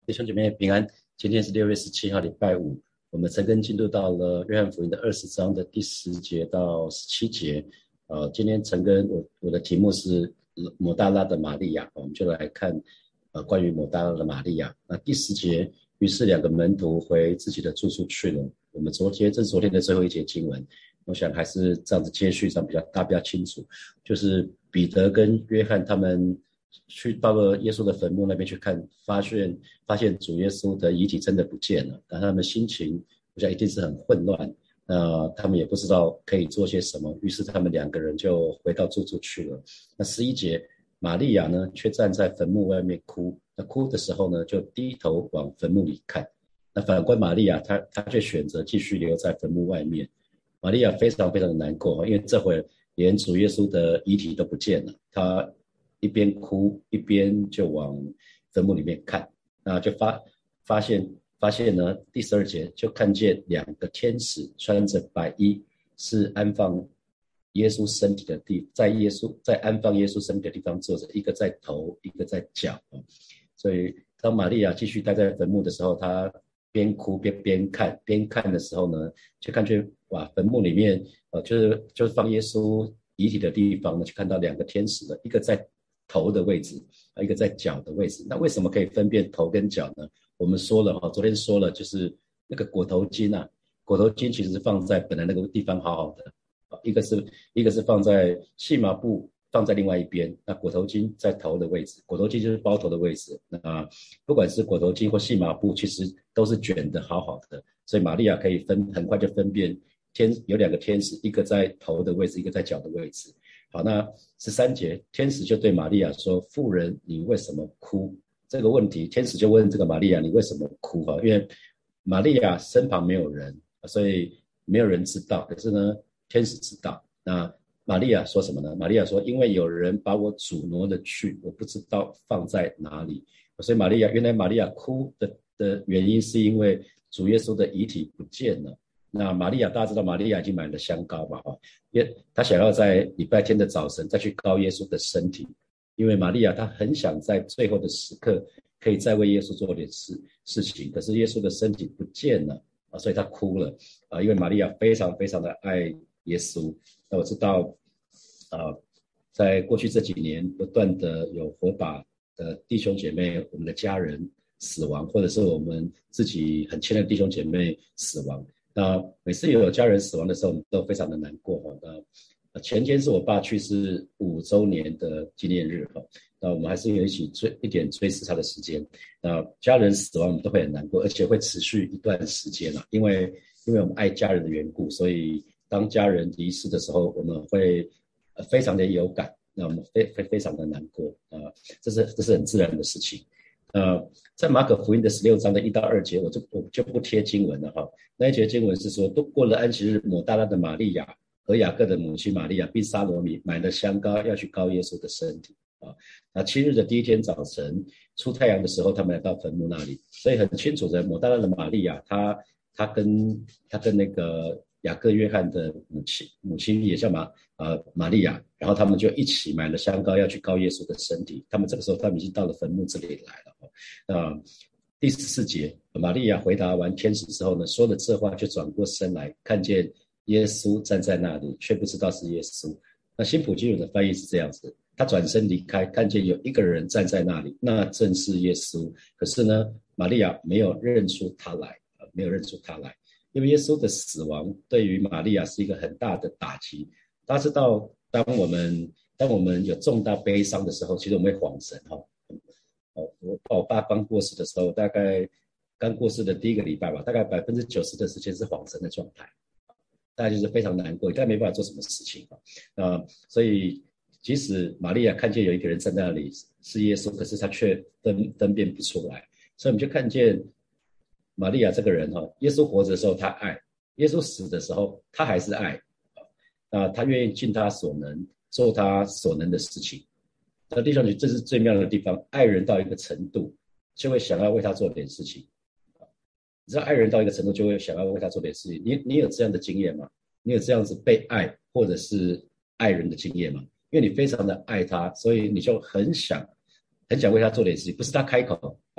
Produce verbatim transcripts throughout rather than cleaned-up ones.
弟兄姐妹平安，今天是六月十七号，礼拜五。我们陈根进度到了约翰福音的二十章的第十节到十七节。呃，今天陈根我我的题目是抹大拉的玛利亚，我们就来看呃关于抹大拉的玛利亚。那第十节，于是两个门徒回自己的住处去了。我们昨天这是昨天的最后一节经文，我想还是这样子接续，这样比较大比较清楚。就是彼得跟约翰他们去到了耶稣的坟墓那边去看，发现发现主耶稣的遗体真的不见了，但他们心情我想一定是很混乱，那他们也不知道可以做些什么，于是他们两个人就回到住处去了。那十一节，玛利亚呢却站在坟墓外面哭，那哭的时候呢就低头往坟墓里看。那反观玛利亚，她她却选择继续留在坟墓外面。玛利亚非常非常的难过，因为这会连主耶稣的遗体都不见了，她一边哭一边就往坟墓里面看，那就发发现发现呢，第十二节就看见两个天使穿着白衣，是安放耶稣身体的地，在耶稣在安放耶稣身体的地方坐着，一个在头，一个在脚。所以当玛利亚继续待在坟墓的时候，她边哭边边看，边看的时候呢，就看见哇，坟墓里面呃，就是就是放耶稣遗体的地方呢，就看到两个天使的，一个在头的位置，一个在脚的位置。那为什么可以分辨头跟脚呢？我们说了哈，昨天说了，就是那个裹头巾啊，裹头巾其实是放在本来那个地方好好的，一个是一个是放在细麻布放在另外一边，那裹头巾在头的位置，裹头巾就是包头的位置。那不管是裹头巾或细麻布，其实都是卷的好好的，所以玛利亚可以分很快就分辨天有两个天使，一个在头的位置，一个在脚的位置。好，那十三节，天使就对玛利亚说：妇人，你为什么哭？这个问题，天使就问这个玛利亚，你为什么哭？因为玛利亚身旁没有人，所以没有人知道。可是呢，天使知道。那玛利亚说什么呢？玛利亚说：因为有人把我主挪了去，我不知道放在哪里。所以玛利亚，原来玛利亚哭的的原因是因为主耶稣的遗体不见了。那玛利亚，大家知道玛利亚已经买了香膏嘛？耶，她想要在礼拜天的早晨再去膏耶稣的身体，因为玛利亚她很想在最后的时刻可以再为耶稣做点事事情，可是耶稣的身体不见了啊，所以她哭了啊，因为玛利亚非常非常的爱耶稣。那我知道啊，在过去这几年不断的有火把的弟兄姐妹，我们的家人死亡，或者是我们自己很亲爱的弟兄姐妹死亡。那每次有家人死亡的时候，我们都非常的难过哈。那前天是我爸去世五周年的纪念日哈，那我们还是有一起追一点追思他的时间。那家人死亡我们都会很难过，而且会持续一段时间啊，因为因为我们爱家人的缘故，所以当家人离世的时候，我们会非常的有感，那我们非非非常的难过啊、呃，这是这是很自然的事情。呃，在马可福音的十六章的一到二节，我就我就不贴经文了哈。那一节经文是说，都过了安息日，抹大拉的玛利亚和雅各的母亲玛利亚，并撒罗米买了香膏，要去膏耶稣的身体啊。那七日的第一天早晨，出太阳的时候，他们来到坟墓那里，所以很清楚的，抹大拉的玛利亚，她她跟她跟那个雅各约翰的母亲，母亲也叫玛呃玛利亚，然后他们就一起买了香膏，要去膏耶稣的身体。他们这个时候，他们已经到了坟墓这里来了。那第十四节，玛利亚回答完天使之后呢，说了这话就转过身来，看见耶稣站在那里，却不知道是耶稣。那新普京有的翻译是这样子，他转身离开，看见有一个人站在那里，那正是耶稣。可是呢，玛利亚没有认出他来，没有认出他来，因为耶稣的死亡对于玛利亚是一个很大的打击。大家知道，当我们当我们有重大悲伤的时候，其实我们会恍神哈。哦，我我爸刚过世的时候，大概刚过世的第一个礼拜吧，大概百分之九十的时间是恍神的状态，大家就是非常难过，大家没办法做什么事情啊、呃。所以即使玛利亚看见有一个人站在那里是耶稣，可是他却分分辨不出来。所以我们就看见玛利亚这个人哈、哦，耶稣活着的时候他爱，耶稣死的时候他还是爱，啊，他愿意尽他所能做他所能的事情。那弟兄姐，这是最妙的地方，爱人到一个程度，就会想要为他做点事情。你知道，爱人到一个程度，就会想要为他做点事情。你你有这样的经验吗？你有这样子被爱或者是爱人的经验吗？因为你非常的爱他，所以你就很想很想为他做点事情，不是他开口啊，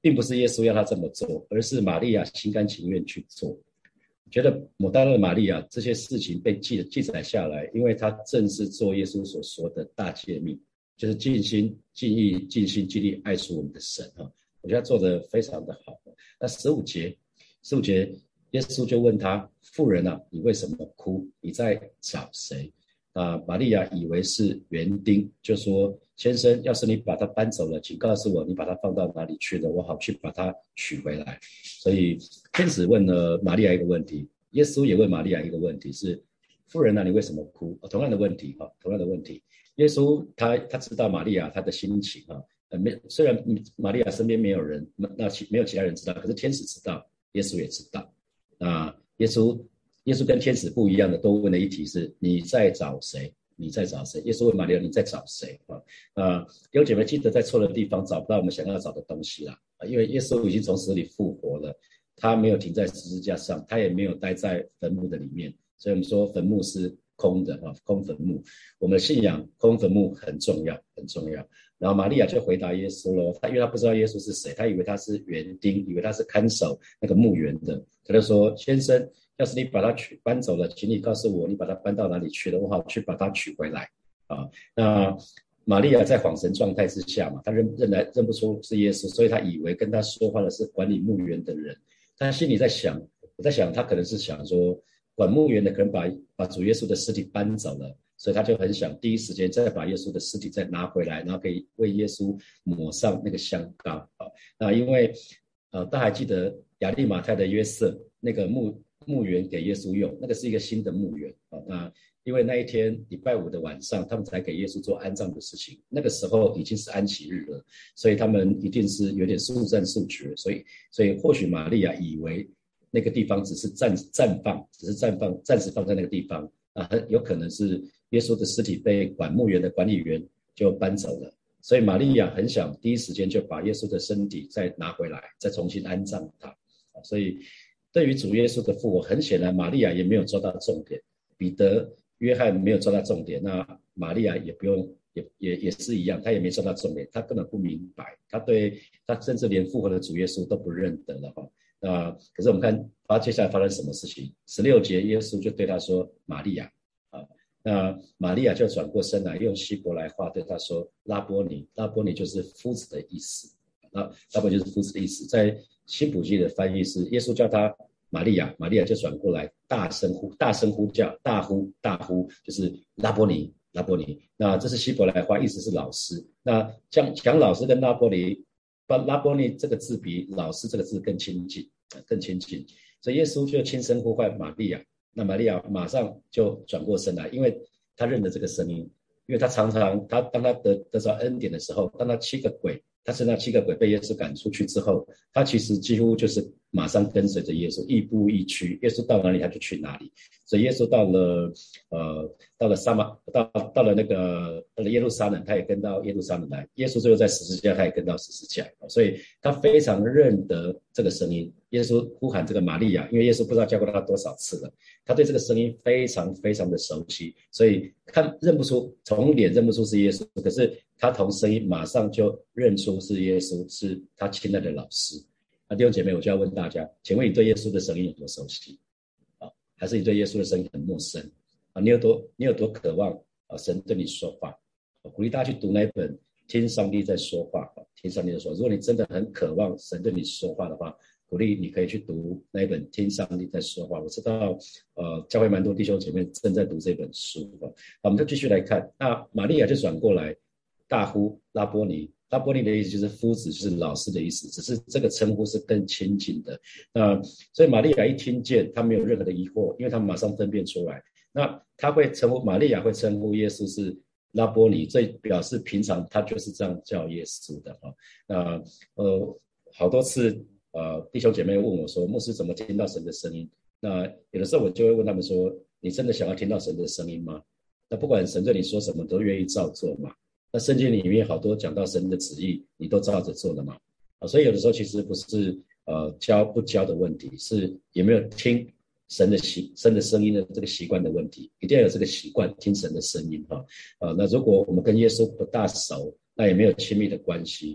并不是耶稣要他这么做，而是玛利亚心甘情愿去做。我觉得抹大拉的玛利亚这些事情被记记载下来，因为他正是做耶稣所说的大诫命，就是尽心尽意尽心尽力爱出我们的神哈。我觉得他做得非常的好。那十五节，十五节耶稣就问他：妇人啊，你为什么哭？你在找谁？啊，玛利亚以为是园丁，就说：先生，要是你把他搬走了，请告诉我你把他放到哪里去了，我好去把他取回来。所以天使问了玛利亚一个问题，耶稣也问玛利亚一个问题，是：妇人啊，你为什么哭？同样的问题哈，同样的问题。耶稣他他知道玛利亚他的心情啊，呃，没虽然玛利亚身边没有人，那其没有其他人知道，可是天使知道，耶稣也知道。那耶稣。耶稣跟天使不一样的，都问了一题是：你在找谁？你在找谁？耶稣问玛利亚：你在找谁？啊，呃，弟兄姐妹记得在错的地方找不到我们想要找的东西啦，因为耶稣已经从死里复活了，他没有停在十字架上，他也没有待在坟墓的里面，所以我们说坟墓是空的啊，空坟墓。我们的信仰空坟墓很重要，很重要。然后玛利亚就回答耶稣了，他因为他不知道耶稣是谁，他以为他是园丁，以为他是看守那个墓园的，他就说：先生，要是你把他取搬走了，请你告诉我你把他搬到哪里去了，我好去把他取回来啊。那玛利亚在恍神状态之下嘛，他认认来认不出是耶稣，所以他以为跟他说话的是管理墓园的人。他心里在想，我在想他可能是想说，管墓园的可能把把主耶稣的尸体搬走了，所以他就很想第一时间再把耶稣的尸体再拿回来，然后可以为耶稣抹上那个香膏啊。那因为呃，大家还记得亚利马太的约瑟那个墓墓园给耶稣用，那个是一个新的墓园啊。那因为那一天礼拜五的晚上，他们才给耶稣做安葬的事情，那个时候已经是安息日了，所以他们一定是有点速战速决，所以所以或许玛利亚以为那个地方只是暂暂放，只是暂放暂时放在那个地方啊，很有可能是耶稣的尸体被管墓园的管理员就搬走了。所以玛利亚很想第一时间就把耶稣的身体再拿回来，再重新安葬他。所以对于主耶稣的复活，很显然玛利亚也没有抓到重点，彼得、约翰没有抓到重点，那玛利亚也不用，也也也是一样，他也没抓到重点，他根本不明白，他对他甚至连复活的主耶稣都不认得了哈。那可是我们看他接下来发生什么事情，十六节耶稣就对他说：玛利亚啊。那玛利亚就转过身来，用希伯来话对他说：拉波尼。拉波尼就是夫子的意思，那拉波尼就是夫子的意思。在新普济的翻译是，耶稣叫他玛利亚，玛利亚就转过来，大声呼，大声呼叫，大呼大呼，就是拉波尼，拉波尼。那这是希伯来话，意思是老师。那讲讲老师跟拉波尼，拉波尼这个字比老师这个字更亲近，更亲近。所以耶稣就轻声呼唤玛利亚。那玛利亚马上就转过身来，因为他认得这个声音，因为他常常他当他得得着恩典的时候，当他七个鬼，他是那七个鬼被耶稣赶出去之后，他其实几乎就是马上跟随着耶稣，亦步亦趋，耶稣到哪里他就去哪里。所以耶稣到了呃到了撒马到到了那个到了耶路撒冷，他也跟到耶路撒冷来。耶稣最后在十字架，他也跟到十字架，所以他非常认得这个声音。耶稣呼喊这个玛利亚，因为耶稣不知道教过他多少次了，他对这个声音非常非常的熟悉，所以看认不出，从脸认不出是耶稣，可是他从声音马上就认出是耶稣，是他亲爱的老师。那弟兄姐妹，我就要问大家，请问你对耶稣的声音有多熟悉啊？还是你对耶稣的声音很陌生啊？你有多你有多渴望啊？神对你说话，我鼓励大家去读那本听上帝在说话，听上帝在说话。如果你真的很渴望神对你说话的话，鼓励你可以去读那一本《听上帝在说话》。我知道，呃，教会蛮多弟兄姐妹正在读这本书啊。我们就继续来看，那玛利亚就转过来，大呼拉波尼。拉波尼的意思就是夫子，就是老师的意思，只是这个称呼是更亲近的。那所以玛利亚一听见，她没有任何的疑惑，因为她马上分辨出来。那她会称呼玛利亚会称呼耶稣是拉波尼，这表示平常她就是这样叫耶稣的哈。那呃，好多次。呃，弟兄姐妹问我说，牧师怎么听到神的声音？那有的时候我就会问他们说，你真的想要听到神的声音吗？那不管神对你说什么，都愿意照做嘛？那圣经里面好多讲到神的旨意，你都照着做了嘛？啊，所以有的时候其实不是呃教不教的问题，是有没有听神的习神的声音的这个习惯的问题，一定要有这个习惯听神的声音哈。啊，那如果我们跟耶稣不大熟，那也没有亲密的关系。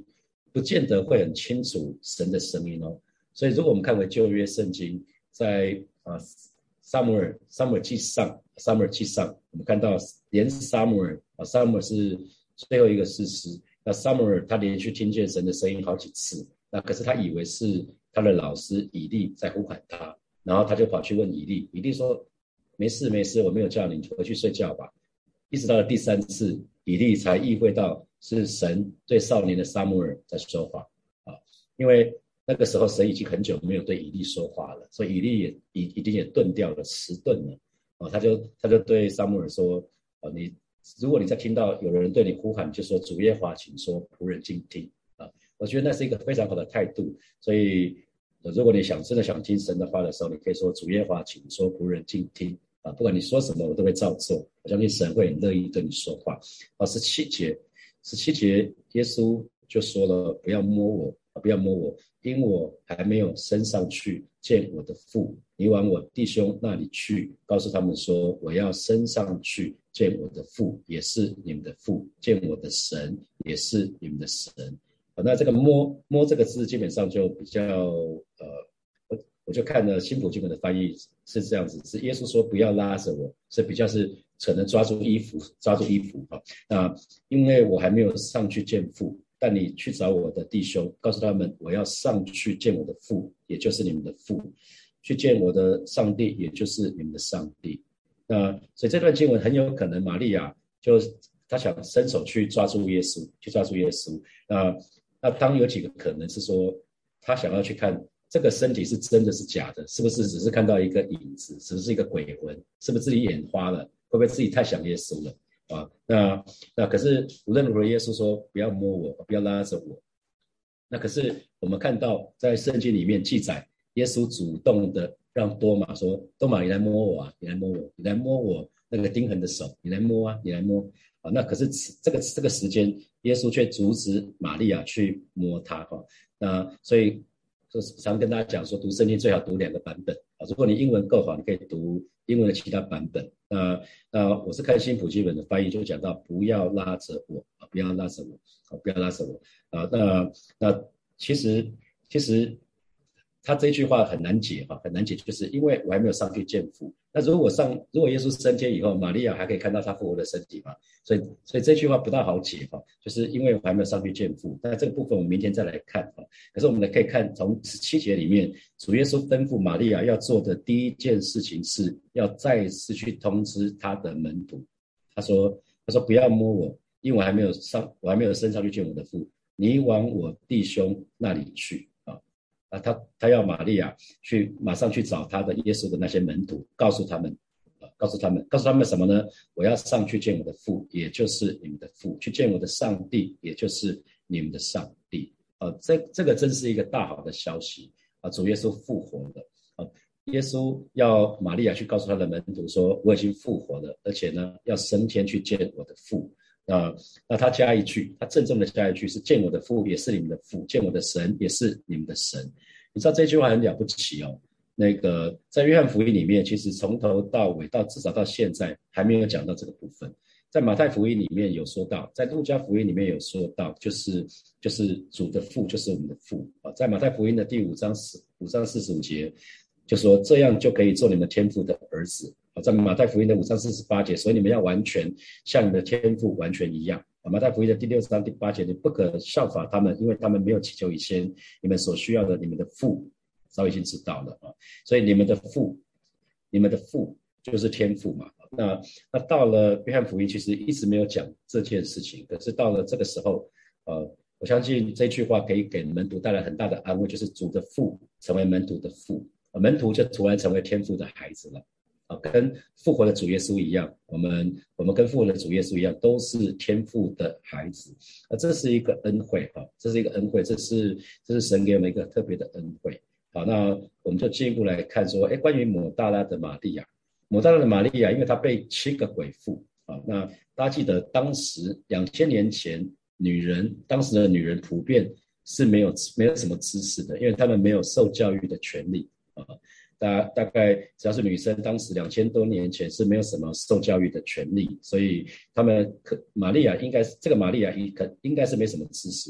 不见得会很清楚神的声音哦。所以如果我们看回旧约圣经，在啊撒母耳撒母耳记上撒母耳记上，我们看到连撒母耳啊撒母耳是最后一个士师，那撒母耳他连续听见神的声音好几次，那可是他以为是他的老师以利在呼喊他，然后他就跑去问以利，以利说没事没事，我没有叫你，回去睡觉吧。一直到了第三次，以利才意会到是神对少年的撒母耳在说话啊，因为那个时候神已经很久没有对以利说话了，所以以利也已已经也顿掉了，迟钝了啊，他就他就对撒母耳说啊，你如果你在听到有人对你呼喊，就说主耶和华请说，仆人静听啊。我觉得那是一个非常好的态度，所以如果你想真的想听神的话的时候，你可以说主耶和华请说，仆人静听啊，不管你说什么我都会照做，我相信神会很乐意对你说话啊。十七节十七节耶稣就说了，不要摸我啊，不要摸我，因我还没有升上去见我的父，你往我弟兄那里去，告诉他们说，我要升上去见我的父，也是你们的父，见我的神，也是你们的神。好，那这个摸摸这个字基本上就比较呃，我我就看了新普经本的翻译是这样子，是耶稣说不要拉着我，是比较是可能抓住衣服，抓住衣服啊。那因为我还没有上去见父，但你去找我的弟兄，告诉他们我要上去见我的父，也就是你们的父，去见我的上帝，也就是你们的上帝。那所以这段经文很有可能玛利亚就他想伸手去抓住耶稣，去抓住耶稣。那那当有几个可能是说，他想要去看这个身体是真的是假的，是不是只是看到一个影子，是不是一个鬼魂，是不是自己眼花了，会不会自己太想耶稣了啊？那那可是无论如何，耶稣说不要摸我，不要拉着我。那可是我们看到在圣经里面记载，耶稣主动的让多马说：“多马，你来摸我啊，你来摸我，你来摸我那个钉痕的手，你来摸啊，你来摸。”啊，那可是这个这个时间，耶稣却阻止玛利亚去摸他哈。那所以就是常跟大家讲说，读圣经最好读两个版本啊。如果你英文够好，你可以读英文的其他版本。那那我是看新普基本的翻译，就讲到不要拉着我啊，不要拉着我啊，不要拉着我啊。那那其实其实他这句话很难解哈，很难解，就是因为我还没有上去见父。那如果上，如果耶稣升天以后，玛利亚还可以看到他复活的身体嘛？所以，所以这句话不大好解哈，就是因为我还没有上去见父。那这个部分我们明天再来看哈。可是我们可以看从十七节里面，主耶稣吩咐玛利亚要做的第一件事情是要再次去通知他的门徒。他说：“他说不要摸我，因为我还没有上，我还没有升上去见我的父。你往我弟兄那里去。”啊，他他要玛利亚去马上去找他的耶稣的那些门徒，告诉他们，啊，告诉他们，告诉他们什么呢？我要上去见我的父，也就是你们的父，去见我的上帝，也就是你们的上帝。啊，这这个真是一个大好的消息啊！主耶稣复活了啊！耶稣要玛利亚去告诉他的门徒说，我已经复活了，而且呢，要升天去见我的父。那那他加一句，他郑重的加一句是见我的父也是你们的父，见我的神也是你们的神。你知道这句话很了不起哦。那个在约翰福音里面，其实从头到尾到至少到现在还没有讲到这个部分。在马太福音里面有说到，在路加福音里面有说到，就是就是主的父就是我们的父啊。在马太福音的第五章四五章四十五节就说这样就可以做你们天父的儿子。在马太福音的五章四十八节，所以你们要完全像你的天父完全一样。马太福音的第六章第八节，你不可效法他们，因为他们没有祈求以前，你们所需要的，你们的父早已经知道了啊。所以你们的父，你们的父就是天父嘛。那那到了约翰福音，其实一直没有讲这件事情，可是到了这个时候，呃，我相信这句话可以给门徒带来很大的安慰，就是主的父成为门徒的父，门徒就突然成为天父的孩子了。啊，跟复活的主耶稣一样，我们我们跟复活的主耶稣一样，都是天父的孩子。啊，这是一个恩惠哈，这是一个恩惠，这是这是神给我们一个特别的恩惠。好，那我们就进一步来看说，哎，关于抹大拉的玛利亚，抹大拉的玛利亚，因为她被七个鬼附啊，那大家记得当时两千年前，女人当时的女人普遍是没有没有什么知识的，因为她们没有受教育的权利啊。大大概只要是女生，当时两千多年前是没有什么受教育的权利，所以他们可玛利亚应该这个玛利亚应应该是没什么知识的。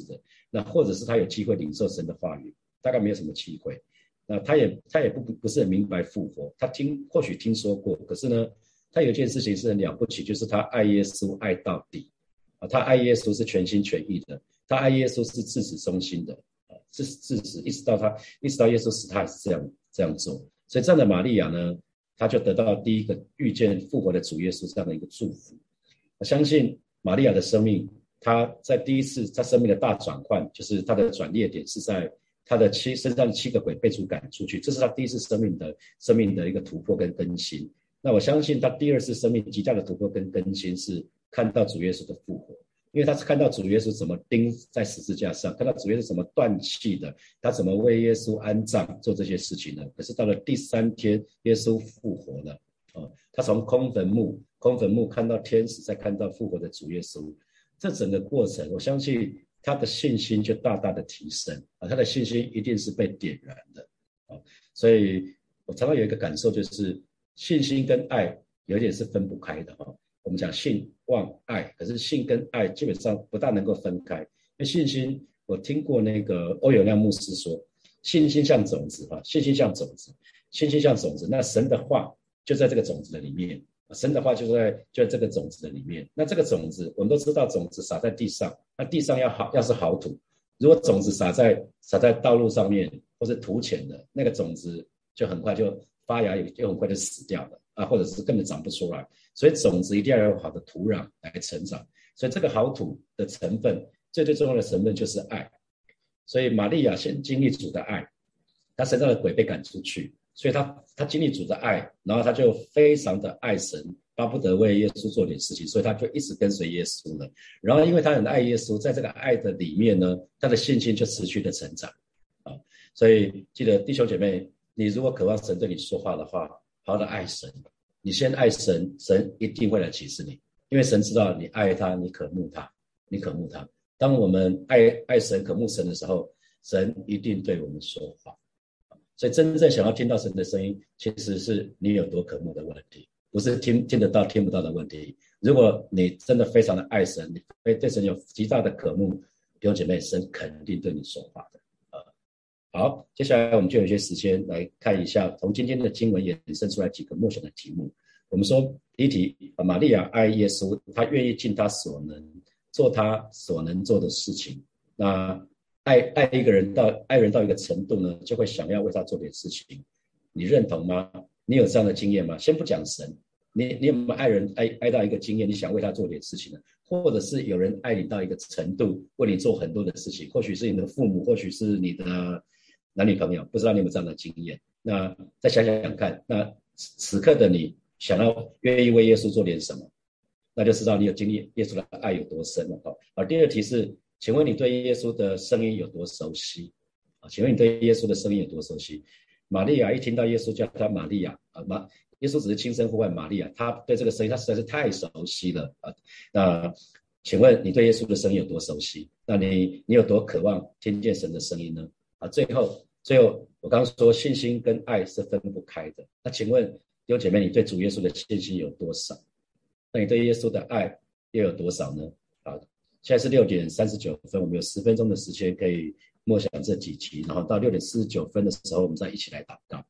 那或者是他有机会领受神的话语，大概没有什么机会。那他也他也不不是很明白复活，他听或许听说过，可是呢，他有一件事情是很了不起，就是他爱耶稣爱到底啊，他爱耶稣是全心全意的，他爱耶稣是至始忠心的啊，是至始一直到他一直到耶稣死，他也是这样这样做。所以这样的玛利亚呢，他就得到第一个遇见复活的主耶稣这样的一个祝福。我相信玛利亚的生命，她在第一次她生命的大转换，就是她的转捩点是在她的七身上的七个鬼被主赶出去，这是她第一次生命的生命的一个突破跟更新。那我相信她第二次生命极大的突破跟更新是看到主耶稣的复活，因为他是看到主耶稣怎么钉在十字架上，看到主耶稣怎么断气的，他怎么为耶稣安葬做这些事情呢？可是到了第三天，耶稣复活了，哦，他从空坟墓空坟墓看到天使，再看到复活的主耶稣，这整个过程，我相信他的信心就大大的提升啊，他的信心一定是被点燃的啊，所以我常常有一个感受，就是信心跟爱有一点是分不开的啊。我们讲信望爱，可是信跟爱基本上不大能够分开。因为信心，我听过那个欧永亮牧师说，信心像种子啊，信心像种子，信心像种子。那神的话就在这个种子的里面，神的话就在就在这个种子的里面。那这个种子，我们都知道，种子撒在地上，那地上要好，要是好土。如果种子撒在撒在道路上面或是土浅的，那个种子就很快就发芽，就很快就死掉了啊，或者是根本长不出来。所以种子一定要有好的土壤来成长，所以这个好土的成分，最最重要的成分就是爱。所以玛利亚先经历主的爱，她身上的鬼被赶出去，所以她她经历主的爱，然后她就非常的爱神，巴不得为耶稣做点事情，所以她就一直跟随耶稣了。然后因为她很爱耶稣，在这个爱的里面呢，她的信心就持续的成长啊。所以记得弟兄姐妹，你如果渴望神对你说话的话，好好的爱神。你先爱神，神一定会来启示你，因为神知道你爱他，你渴慕他，你渴慕他。当我们爱爱神、渴慕神的时候，神一定对我们说话。所以真正想要听到神的声音，其实是你有多渴慕的问题，不是听听得到听不到的问题。如果你真的非常的爱神，你对神有极大的渴慕，弟兄姐妹，神肯定对你说话的。好，接下来我们就有一些时间来看一下，从今天的经文衍生出来几个默想的题目。我们说第一题，玛利亚爱耶稣，她愿意尽她所能做她所能做的事情。那爱爱一个人到爱人到一个程度呢，就会想要为他做点事情。你认同吗？你有这样的经验吗？先不讲神，你你有没有爱人爱爱到一个经验，你想为他做点事情呢？或者是有人爱你到一个程度，为你做很多的事情，或许是你的父母，或许是你的男女朋友，不知道你有没有这样的经验？那再想想看，那此刻的你想要愿意为耶稣做点什么，那就知道你有经历耶稣的爱有多深了。好，第二题是，请问你对耶稣的声音有多熟悉？啊，请问你对耶稣的声音有多熟悉？玛利亚一听到耶稣叫她玛利亚啊，玛耶稣只是轻声呼唤玛利亚，她对这个声音她实在是太熟悉了啊。那请问你对耶稣的声音有多熟悉？那你你有多渴望听见神的声音呢？啊，最后最后我刚刚说信心跟爱是分不开的。那请问弟兄姐妹，你对主耶稣的信心有多少？那你对耶稣的爱又有多少呢？好，现在是六点三十九分，我们有十分钟的时间可以默想这几题，然后到六点四十九分的时候，我们再一起来祷告。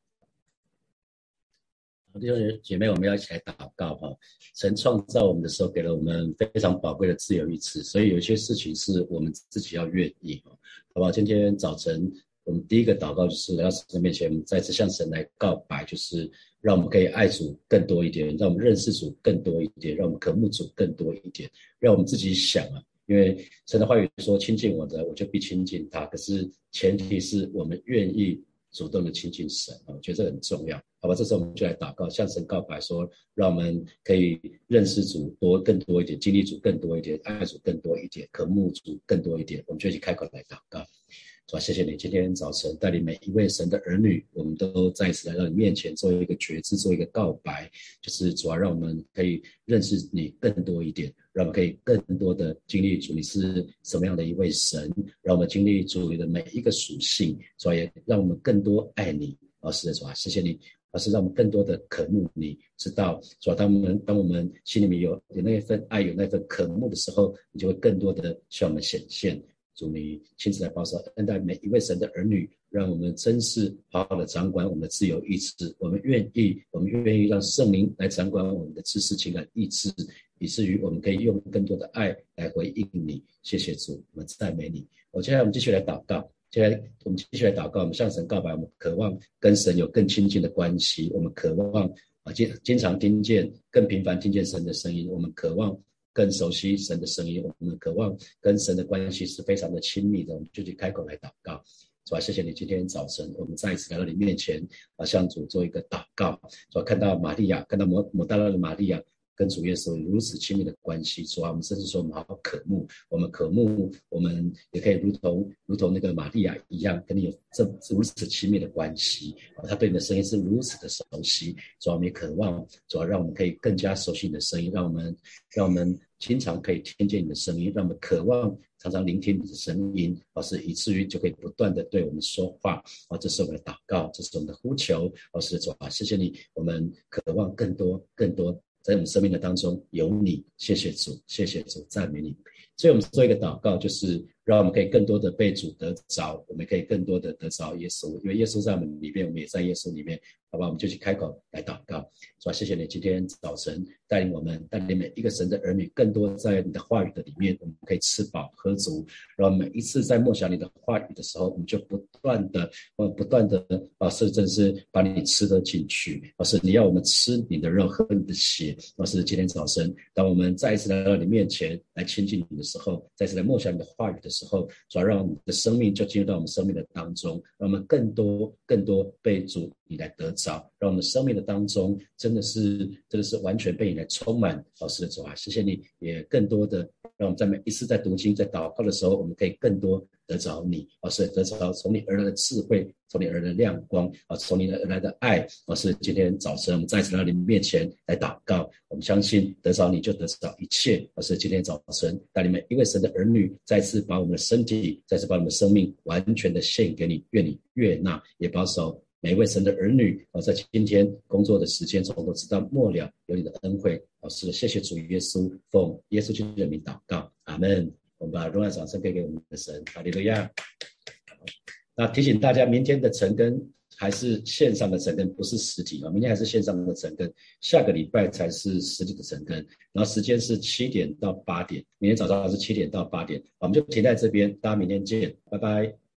弟兄姐妹，我们要一起来祷告哈。神创造我们的时候，给了我们非常宝贵的自由意志，所以有一些事情是我们自己要愿意，好不好？今天早晨我们第一个祷告就是来到神的面前，我们再次向神来告白，就是让我们可以爱主更多一点，让我们认识主更多一点，让我们渴慕主更多一点，让我们自己想啊。因为神的话语说，亲近我的，我就必亲近他。可是前提是我们愿意主动的亲近神，我觉得这很重要，好吧？这时候我们就来祷告，向神告白说，让我们可以认识主多更多一点，经历主更多一点，爱主更多一点，渴慕主更多一点。我们就一起开口来祷告。主啊，谢谢你今天早晨带领每一位神的儿女，我们都再一次来到你面前做一个决志，做一个告白，就是主啊，让我们可以认识你更多一点，让我们可以更多的经历主你是什么样的一位神，让我们经历主你的每一个属性，主啊，也让我们更多爱你。哦，是的，主啊，谢谢你，而是让我们更多的渴慕你，知道主啊，当我们当我们心里面有有那一份爱，有那份渴慕的时候，你就会更多的向我们显现。 主你亲自来保守恩待每一位神的儿女，让我们真是好好的掌管我们的自由意志，我们愿意我们愿意让圣灵来掌管我们的知识情感意志，以至于我们可以用更多的爱来回应你。谢谢主，我们赞美你。我接下来我们继续来祷告，接下来我们继续来祷告，我们向神告白，我们渴望跟神有更亲近的关系，我们渴望啊经经常听见更频繁听见神的声音，我们渴望更熟悉神的声音，我们渴望跟神的关系是非常的亲密的，我们就去开口来祷告。主啊，谢谢你今天早晨我们再一次来到你面前啊，向主做一个祷告。主啊，看到玛利亚，看到抹抹大拉的玛利亚跟主耶稣如此亲密的关系，主啊，我们甚至说我们好好渴慕，我们渴慕，我们也可以如同如同那个玛利亚一样，跟你有这如此亲密的关系啊，他对你的声音是如此的熟悉。主啊，我们也渴望，主啊，让我们可以更加熟悉你的声音，让我们让我们经常可以听见你的声音，让我们渴望常常聆听你的声音，而是以至于就可以不断的对我们说话啊，这是我们的祷告，这是我们的呼求。而是主啊，谢谢你，我们渴望更多更多在我们生命的当中有你。谢谢主，谢谢主，赞美你。所以我们做一个祷告，就是让我们可以更多的被主得着，我们可以更多的得着耶稣，因为耶稣在我们里面，我们也在耶稣里面，好吧，我们就去开口来祷告。主啊，谢谢你今天早晨带领我们，带领每一个神的儿女更多在你的话语的里面，我们可以吃饱喝足，然后每一次在默想你的话语的时候，我们就不断的呃不断的啊，是真是把你吃得进去，而是你要我们吃你的肉喝你的血。而是今天早晨当我们再一次来到你面前来亲近你的时候，再次来默想你的话语的时候，主要让我们的生命就进入到我们生命的当中，让我们更多更多被主你来得着，让我们生命的当中真的是真的是完全被你来充满。老师的主啊，谢谢你，也更多的让我们在每一次在读经在祷告的时候，我们可以更多得着你，而是得着从你而来的智慧，从你而来的亮光啊，从你而来的爱。而是今天早晨我们再次来到你面前来祷告，我们相信得着你就得着一切。而是今天早晨带领每一位神的儿女再次把我们的身体，再次把我们的生命完全的献给你，愿你悦纳，也保守每一位神的儿女啊，在今天工作的时间从头直到末了有你的恩惠。老师，谢谢主耶稣，奉耶稣基督的名祷告，阿们。我们把荣耀掌声给给我们的神，哈利路亚。那提醒大家，明天的晨更还是线上的晨更，不是实体啊。明天还是线上的晨更，下个礼拜才是实体的晨更。然后时间是七点到八点，明天早上是七点到八点。我们就停在这边，大家明天见，拜拜。